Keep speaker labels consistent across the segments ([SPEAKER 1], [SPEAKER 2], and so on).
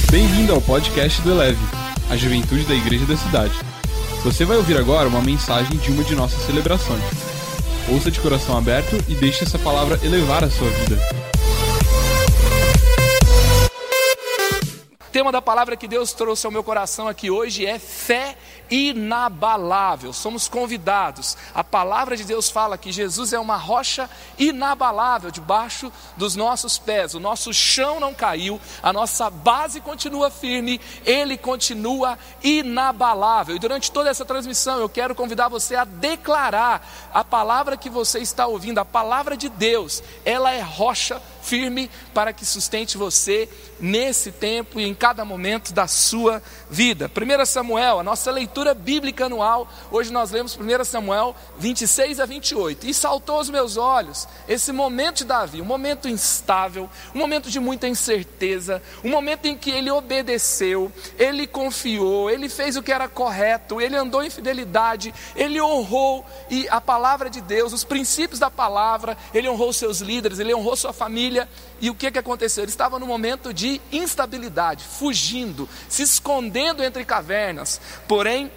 [SPEAKER 1] Bem-vindo ao podcast do Eleve, a juventude da igreja da cidade. Você vai ouvir agora uma mensagem de uma de nossas celebrações. Ouça de coração aberto e deixe essa palavra elevar a sua vida.
[SPEAKER 2] O tema da palavra que Deus trouxe ao meu coração aqui hoje é fé inabalável. Somos convidados. A palavra de Deus fala que Jesus é uma rocha inabalável debaixo dos nossos pés. O nosso chão não caiu, a nossa base continua firme, Ele continua inabalável. E durante toda essa transmissão eu quero convidar você a declarar a palavra que você está ouvindo, a palavra de Deus. Ela é rocha firme para que sustente você nesse tempo e em cada momento da sua vida. 1 Samuel, a nossa leitura bíblica anual, hoje nós lemos 1 Samuel 26 a 28, e saltou aos meus olhos esse momento de Davi, um momento instável, um momento de muita incerteza, um momento em que ele obedeceu, ele confiou, ele fez o que era correto, ele andou em fidelidade, ele honrou a palavra de Deus, os princípios da palavra, ele honrou seus líderes, ele honrou sua família. E o que aconteceu? Ele estava num momento de instabilidade, fugindo, se escondendo entre cavernas. Porém,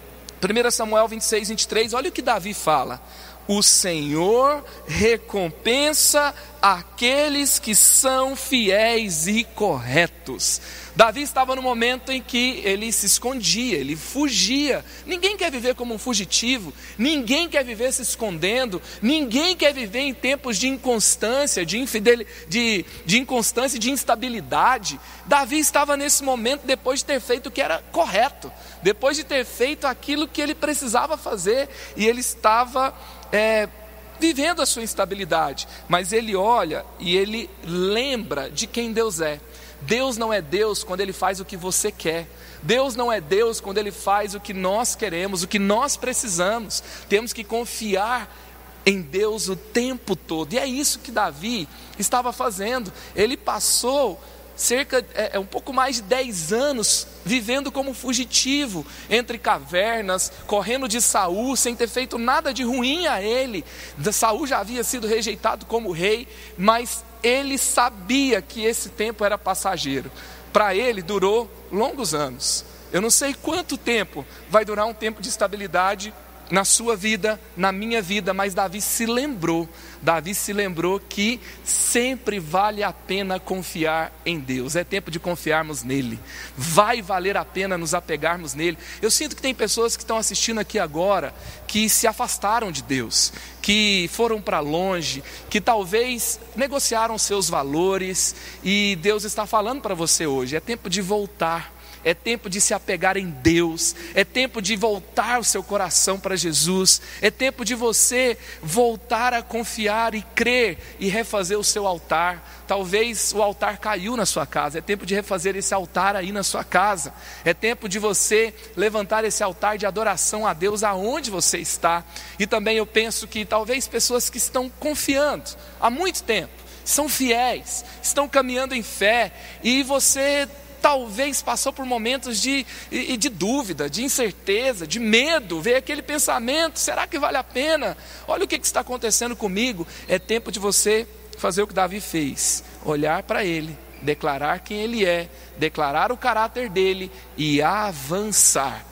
[SPEAKER 2] 1 Samuel 26, 23, olha o que Davi fala: o Senhor recompensa aqueles que são fiéis e corretos. Davi estava no momento em que ele se escondia, ele fugia. Ninguém quer viver como um fugitivo, ninguém quer viver se escondendo, ninguém quer viver em tempos de inconstância, de inconstância e de instabilidade. Davi estava nesse momento depois de ter feito o que era correto, depois de ter feito aquilo que ele precisava fazer, e ele estava vivendo a sua instabilidade, mas ele olha e ele lembra de quem Deus é. Deus não é Deus quando Ele faz o que você quer. Deus não é Deus quando Ele faz o que nós queremos, o que nós precisamos. Temos que confiar em Deus o tempo todo. E é isso que Davi estava fazendo. Ele passou um pouco mais de 10 anos vivendo como fugitivo entre cavernas, correndo de Saul, sem ter feito nada de ruim a ele. Saul já havia sido rejeitado como rei, mas ele sabia que esse tempo era passageiro. Para ele durou longos anos. Eu não sei quanto tempo vai durar um tempo de estabilidade na sua vida, na minha vida, mas Davi se lembrou que sempre vale a pena confiar em Deus. É tempo de confiarmos nele, vai valer a pena nos apegarmos nele. Eu sinto que tem pessoas que estão assistindo aqui agora, que se afastaram de Deus, que foram para longe, que talvez negociaram seus valores, e Deus está falando para você hoje: é tempo de voltar. É tempo de se apegar em Deus, é tempo de voltar o seu coração para Jesus, é tempo de você voltar a confiar e crer e refazer o seu altar. Talvez o altar caiu na sua casa, é tempo de refazer esse altar aí na sua casa. É tempo de você levantar esse altar de adoração a Deus aonde você está. E também eu penso que talvez pessoas que estão confiando há muito tempo, são fiéis, estão caminhando em fé, e você talvez passou por momentos de dúvida, de incerteza, de medo, veio aquele pensamento: será que vale a pena? Olha o que está acontecendo comigo. É tempo de você fazer o que Davi fez: olhar para ele, declarar quem ele é, declarar o caráter dele e avançar.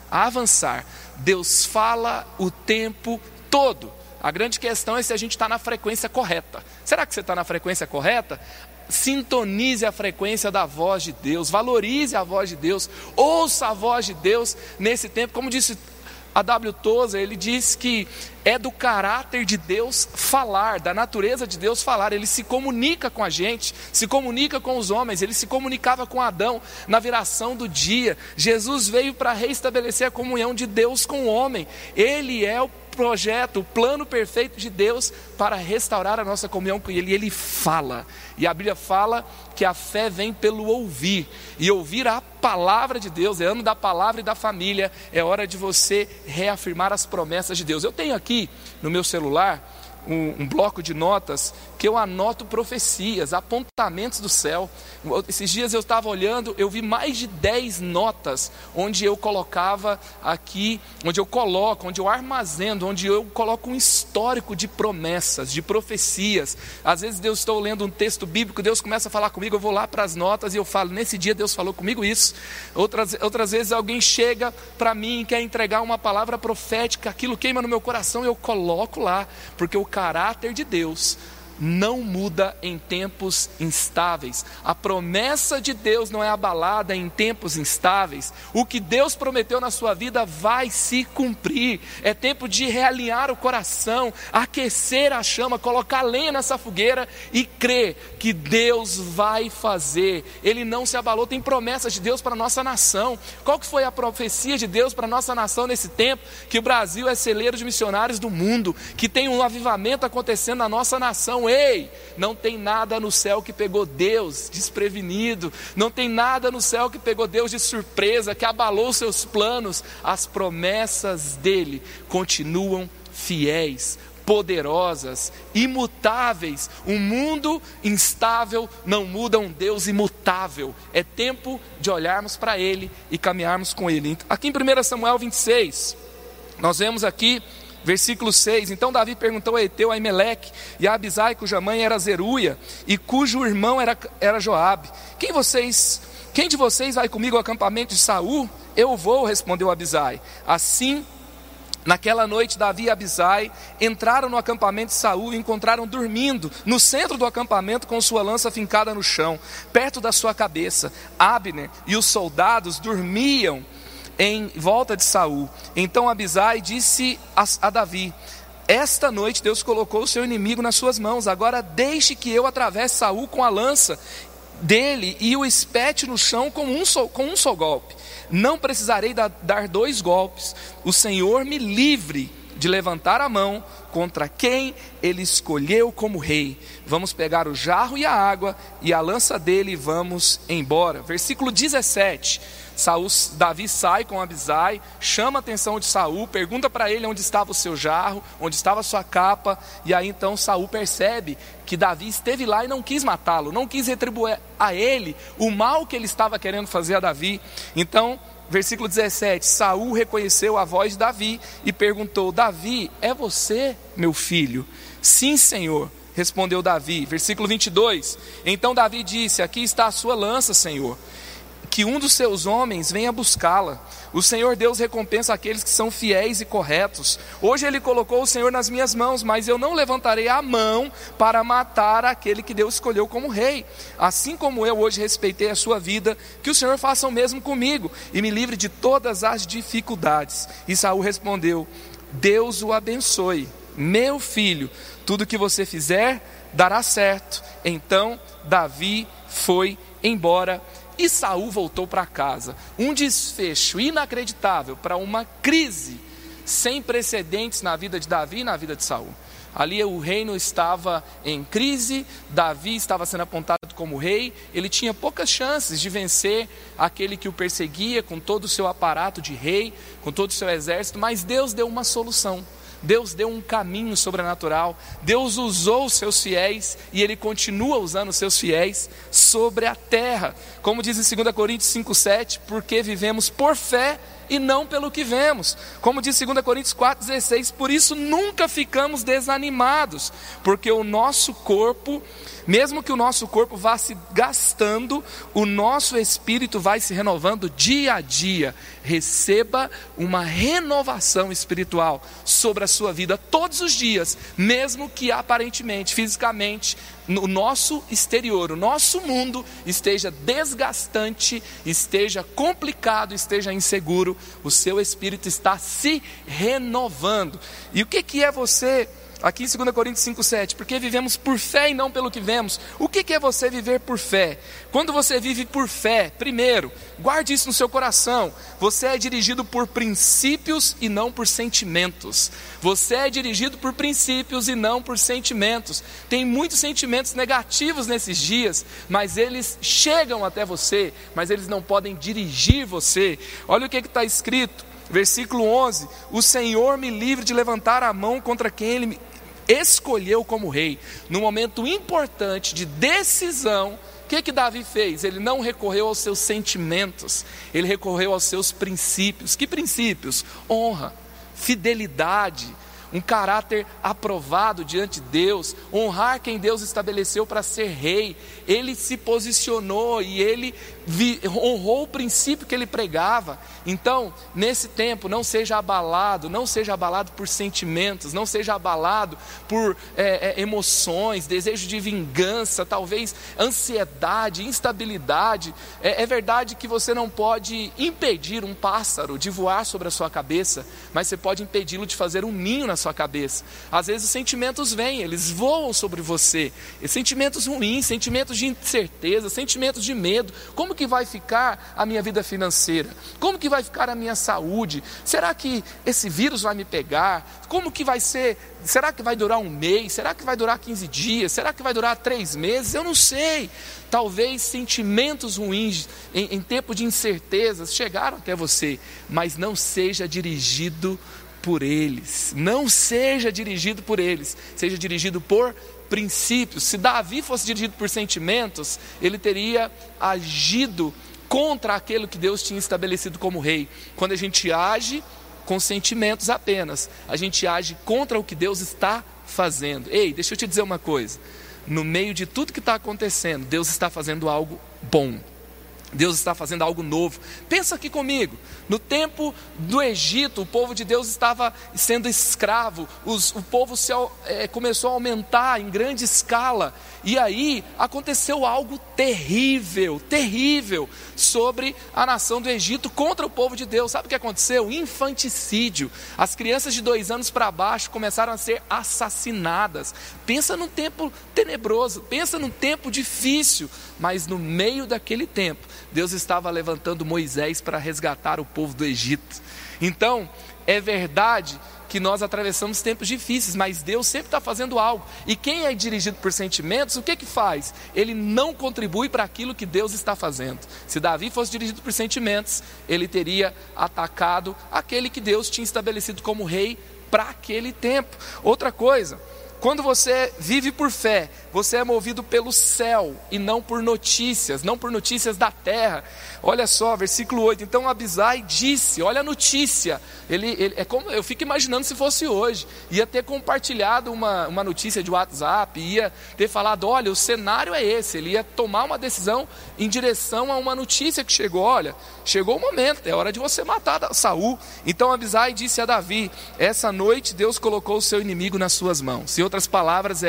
[SPEAKER 2] Deus fala o tempo todo. A grande questão é se a gente está na frequência correta. Será que você está na frequência correta? Sintonize a frequência da voz de Deus, valorize a voz de Deus, ouça a voz de Deus nesse tempo. Como disse a W. Tozer, ele diz que é do caráter de Deus falar, da natureza de Deus falar. Ele se comunica com a gente, se comunica com os homens. Ele se comunicava com Adão na viração do dia. Jesus veio para reestabelecer a comunhão de Deus com o homem. Ele é o projeto, o plano perfeito de Deus para restaurar a nossa comunhão com Ele. E Ele fala, e a Bíblia fala que a fé vem pelo ouvir, e ouvir a palavra de Deus. É ano da palavra e da família, é hora de você reafirmar as promessas de Deus. Eu tenho aqui no meu celular um bloco de notas que eu anoto profecias, apontamentos do céu. Esses dias eu estava olhando, eu vi mais de 10 notas onde eu colocava aqui, onde eu armazeno, onde eu coloco um histórico de promessas, de profecias. Às vezes Deus, estou lendo um texto bíblico, Deus começa a falar comigo, eu vou lá para as notas e eu falo, nesse dia Deus falou comigo isso. Outras vezes alguém chega para mim e quer entregar uma palavra profética, aquilo queima no meu coração, eu coloco lá, porque o caráter de Deus não muda em tempos instáveis. A promessa de Deus não é abalada em tempos instáveis. O que Deus prometeu na sua vida vai se cumprir. É tempo de realinhar o coração, aquecer a chama, colocar lenha nessa fogueira e crer que Deus vai fazer. Ele não se abalou. Tem promessas de Deus para a nossa nação. Qual que foi a profecia de Deus para a nossa nação nesse tempo? Que o Brasil é celeiro de missionários do mundo, que tem um avivamento acontecendo na nossa nação. Ei, não tem nada no céu que pegou Deus desprevenido, não tem nada no céu que pegou Deus de surpresa, que abalou seus planos. As promessas dele continuam fiéis, poderosas, imutáveis. Um mundo instável não muda um Deus imutável. É tempo de olharmos para ele e caminharmos com ele. Aqui em 1 Samuel 26, nós vemos aqui versículo 6, então Davi perguntou a Eteu, a Aimeleque e a Abisai, cuja mãe era Zeruia e cujo irmão era Joabe, quem de vocês vai comigo ao acampamento de Saul? Eu vou, respondeu Abisai. Assim, naquela noite Davi e Abisai entraram no acampamento de Saul e encontraram dormindo no centro do acampamento com sua lança fincada no chão, perto da sua cabeça. Abner e os soldados dormiam em volta de Saul. Então Abisai disse a Davi: esta noite Deus colocou o seu inimigo nas suas mãos, agora deixe que eu atravesse Saul com a lança dele e o espete no chão com um só golpe. Não precisarei dar 2 golpes. O Senhor me livre de levantar a mão contra quem ele escolheu como rei. Vamos pegar o jarro e a água e a lança dele e vamos embora. Versículo 17. Davi sai com Abisai, chama a atenção de Saul, pergunta para ele onde estava o seu jarro, onde estava a sua capa, e aí então Saul percebe que Davi esteve lá e não quis matá-lo, não quis retribuir a ele o mal que ele estava querendo fazer a Davi. Então, versículo 17, Saul reconheceu a voz de Davi e perguntou: Davi, é você, meu filho? Sim, Senhor, respondeu Davi. Versículo 22, então Davi disse: aqui está a sua lança, Senhor, que um dos seus homens venha buscá-la. O Senhor Deus recompensa aqueles que são fiéis e corretos. Hoje ele colocou o Senhor nas minhas mãos, mas eu não levantarei a mão para matar aquele que Deus escolheu como rei. Assim como eu hoje respeitei a sua vida, que o Senhor faça o mesmo comigo e me livre de todas as dificuldades. E Saul respondeu: Deus o abençoe, meu filho, tudo que você fizer dará certo. Então Davi foi embora e Saul voltou para casa. Um desfecho inacreditável para uma crise sem precedentes na vida de Davi e na vida de Saul. Ali o reino estava em crise, Davi estava sendo apontado como rei, ele tinha poucas chances de vencer aquele que o perseguia com todo o seu aparato de rei, com todo o seu exército, mas Deus deu uma solução. Deus deu um caminho sobrenatural. Deus usou os seus fiéis e Ele continua usando os seus fiéis sobre a terra. Como diz em 2 Coríntios 5,7, porque vivemos por fé e não pelo que vemos. Como diz 2 Coríntios 4,16, por isso nunca ficamos desanimados, porque o nosso corpo, mesmo que o nosso corpo vá se gastando, o nosso espírito vai se renovando dia a dia. Receba uma renovação espiritual sobre a sua vida todos os dias, mesmo que aparentemente, fisicamente, no nosso exterior, o nosso mundo esteja desgastante, esteja complicado, esteja inseguro, o seu espírito está se renovando. E o que é você? Aqui em 2 Coríntios 5,7, porque vivemos por fé e não pelo que vemos. O que é você viver por fé? Quando você vive por fé, primeiro, guarde isso no seu coração, você é dirigido por princípios e não por sentimentos. Você é dirigido por princípios e não por sentimentos. Tem muitos sentimentos negativos nesses dias, mas eles chegam até você, mas eles não podem dirigir você. Olha o que está escrito, versículo 11, o Senhor me livre de levantar a mão contra quem escolheu como rei, num momento importante de decisão. O que Davi fez? Ele não recorreu aos seus sentimentos, ele recorreu aos seus princípios. Que princípios? Honra, fidelidade, um caráter aprovado diante de Deus, honrar quem Deus estabeleceu para ser rei. Ele se posicionou e ele honrou o princípio que ele pregava. Então, nesse tempo, não seja abalado por sentimentos, não seja abalado por emoções, desejo de vingança, talvez ansiedade, instabilidade. É verdade que você não pode impedir um pássaro de voar sobre a sua cabeça, mas você pode impedi-lo de fazer um ninho na sua cabeça. Às vezes os sentimentos vêm, eles voam sobre você, sentimentos ruins, sentimentos de incerteza, sentimentos de medo. Como que vai ficar a minha vida financeira? Como que vai ficar a minha saúde? Será que esse vírus vai me pegar? Como que vai ser? Será que vai durar um mês? Será que vai durar 15 dias? Será que vai durar 3 meses? Eu não sei. Talvez sentimentos ruins em tempo de incertezas chegaram até você, mas não seja dirigido por eles. Não seja dirigido por eles. Seja dirigido por princípios. Se Davi fosse dirigido por sentimentos, ele teria agido contra aquilo que Deus tinha estabelecido como rei. Quando a gente age com sentimentos apenas, a gente age contra o que Deus está fazendo. Ei, deixa eu te dizer uma coisa. No meio de tudo que está acontecendo, Deus está fazendo algo bom. Deus está fazendo algo novo. Pensa aqui comigo. No tempo do Egito, o povo de Deus estava sendo escravo. O povo começou a aumentar em grande escala. E aí aconteceu algo terrível, terrível sobre a nação do Egito contra o povo de Deus. Sabe o que aconteceu? Infanticídio. As crianças de 2 anos para baixo começaram a ser assassinadas. Pensa num tempo tenebroso, pensa num tempo difícil. Mas no meio daquele tempo, Deus estava levantando Moisés para resgatar o povo do Egito. Então, é verdade que nós atravessamos tempos difíceis, mas Deus sempre está fazendo algo. E quem é dirigido por sentimentos, o que faz? Ele não contribui para aquilo que Deus está fazendo. Se Davi fosse dirigido por sentimentos, ele teria atacado aquele que Deus tinha estabelecido como rei para aquele tempo. Outra coisa, quando você vive por fé, você é movido pelo céu e não por notícias da terra. Olha só, versículo 8. Então Abisai disse, olha a notícia. Ele é como, eu fico imaginando se fosse hoje. Ia ter compartilhado uma notícia de WhatsApp, ia ter falado, olha, o cenário é esse. Ele ia tomar uma decisão em direção a uma notícia que chegou. Olha, chegou o momento, é hora de você matar Saul. Então Abisai disse a Davi, essa noite Deus colocou o seu inimigo nas suas mãos. Em outras palavras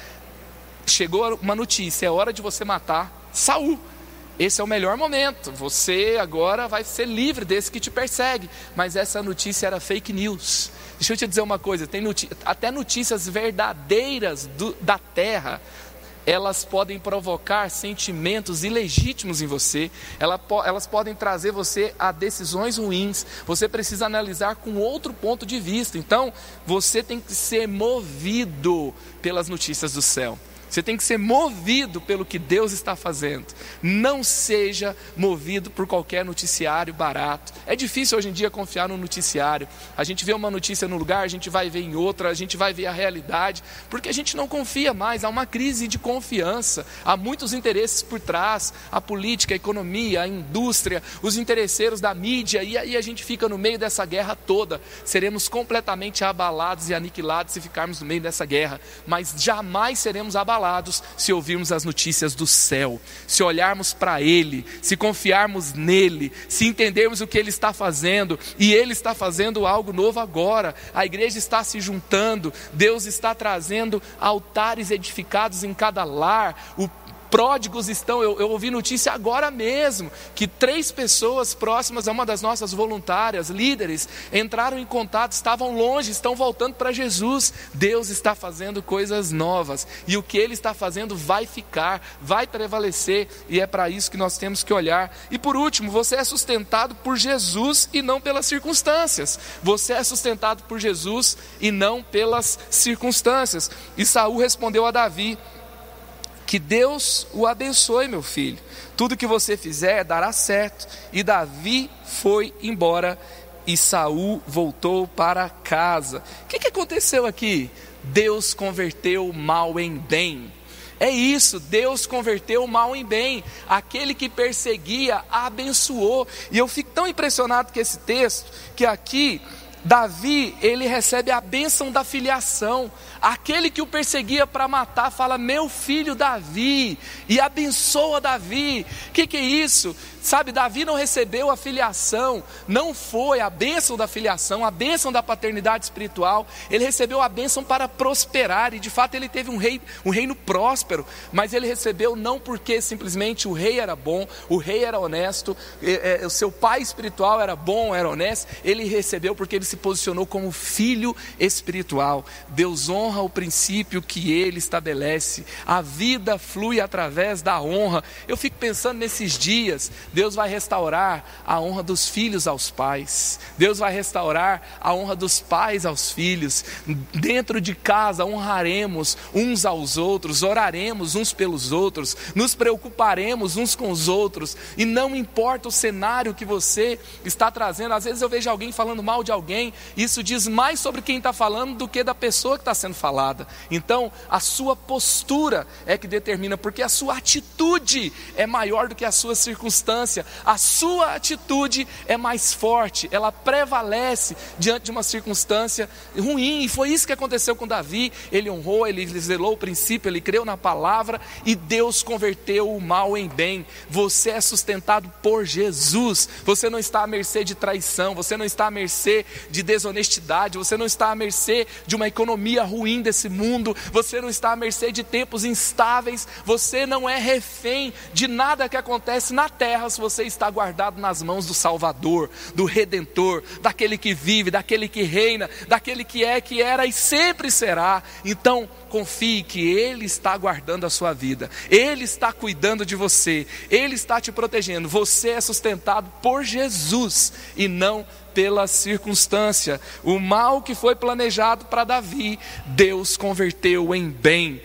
[SPEAKER 2] chegou uma notícia, é hora de você matar Saul. Esse é o melhor momento, você agora vai ser livre desse que te persegue. Mas essa notícia era fake news. Deixa eu te dizer uma coisa, tem até notícias verdadeiras da terra, elas podem provocar sentimentos ilegítimos em você, elas podem trazer você a decisões ruins. Você precisa analisar com outro ponto de vista. Então, você tem que ser movido pelas notícias do céu. Você tem que ser movido pelo que Deus está fazendo. Não seja movido por qualquer noticiário barato. É difícil hoje em dia confiar no noticiário. A gente vê uma notícia num lugar, a gente vai ver em outra, a gente vai ver a realidade, porque a gente não confia mais. Há uma crise de confiança. Há muitos interesses por trás. A política, a economia, a indústria, os interesseiros da mídia. E aí a gente fica no meio dessa guerra toda. Seremos completamente abalados e aniquilados se ficarmos no meio dessa guerra. Mas jamais seremos abalados se ouvirmos as notícias do céu, se olharmos para Ele, se confiarmos nele, se entendermos o que Ele está fazendo, e Ele está fazendo algo novo agora. A igreja está se juntando, Deus está trazendo altares edificados em cada lar. Pródigos estão, eu ouvi notícia agora mesmo, que 3 pessoas próximas a uma das nossas voluntárias, líderes, entraram em contato, estavam longe, estão voltando para Jesus. Deus está fazendo coisas novas, e o que Ele está fazendo vai ficar, vai prevalecer, e é para isso que nós temos que olhar. E por último, você é sustentado por Jesus e não pelas circunstâncias. Você é sustentado por Jesus e não pelas circunstâncias. E Saul respondeu a Davi, que Deus o abençoe, meu filho. Tudo que você fizer dará certo. E Davi foi embora e Saul voltou para casa. O que aconteceu aqui? Deus converteu o mal em bem. É isso, Deus converteu o mal em bem. Aquele que perseguia, abençoou. E eu fico tão impressionado com esse texto, que aqui Davi, ele recebe a bênção da filiação. Aquele que o perseguia para matar fala: meu filho Davi, e abençoa Davi. O que é isso? Sabe, Davi não recebeu a filiação, não foi a bênção da filiação, a bênção da paternidade espiritual. Ele recebeu a bênção para prosperar, e de fato ele teve um reino próspero. Mas ele recebeu não porque simplesmente o rei era bom, o rei era honesto, o seu pai espiritual era bom, era honesto. Ele recebeu porque ele se posicionou como filho espiritual. Deus honra o princípio que ele estabelece. A vida flui através da honra. Eu fico pensando nesses dias, Deus vai restaurar a honra dos filhos aos pais. Deus vai restaurar a honra dos pais aos filhos. Dentro de casa honraremos uns aos outros, oraremos uns pelos outros, nos preocuparemos uns com os outros. E não importa o cenário que você está trazendo. Às vezes eu vejo alguém falando mal de alguém, isso diz mais sobre quem está falando do que da pessoa que está sendo falada. Então a sua postura é que determina, porque a sua atitude é maior do que a sua circunstância. A sua atitude é mais forte, ela prevalece diante de uma circunstância ruim. E foi isso que aconteceu com Davi. Ele honrou, ele zelou o princípio, ele creu na palavra, e Deus converteu o mal em bem. Você é sustentado por Jesus. Você não está à mercê de traição, você não está à mercê de desonestidade, você não está à mercê de uma economia ruim desse mundo, você não está à mercê de tempos instáveis, você não é refém de nada que acontece na terra, se você está guardado nas mãos do Salvador, do Redentor, daquele que vive, daquele que reina, daquele que é, que era e sempre será. Então confie que Ele está guardando a sua vida, Ele está cuidando de você, Ele está te protegendo. Você é sustentado por Jesus e não pela circunstância. O mal que foi planejado para Davi, Deus converteu em bem.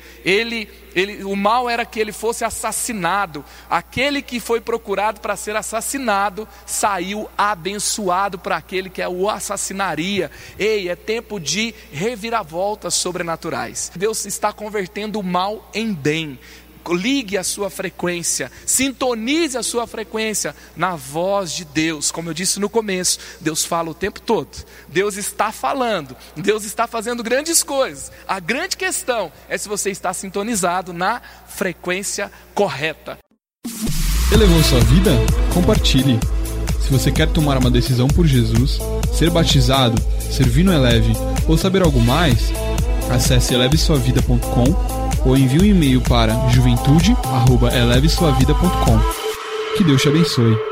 [SPEAKER 2] O mal era que ele fosse assassinado. Aquele que foi procurado para ser assassinado saiu abençoado para aquele que o assassinaria. Ei, é tempo de reviravoltas sobrenaturais. Deus está convertendo o mal em bem. Ligue a sua frequência, sintonize a sua frequência na voz de Deus. Como eu disse no começo, Deus fala o tempo todo, Deus está falando, Deus está fazendo grandes coisas. A grande questão é se você está sintonizado na frequência correta.
[SPEAKER 1] Elevou sua vida? Compartilhe. Se você quer tomar uma decisão por Jesus, ser batizado, servir no Eleve ou saber algo mais, acesse elevesuavida.com ou envie um e-mail para juventude@elevesuavida.com. Que Deus te abençoe.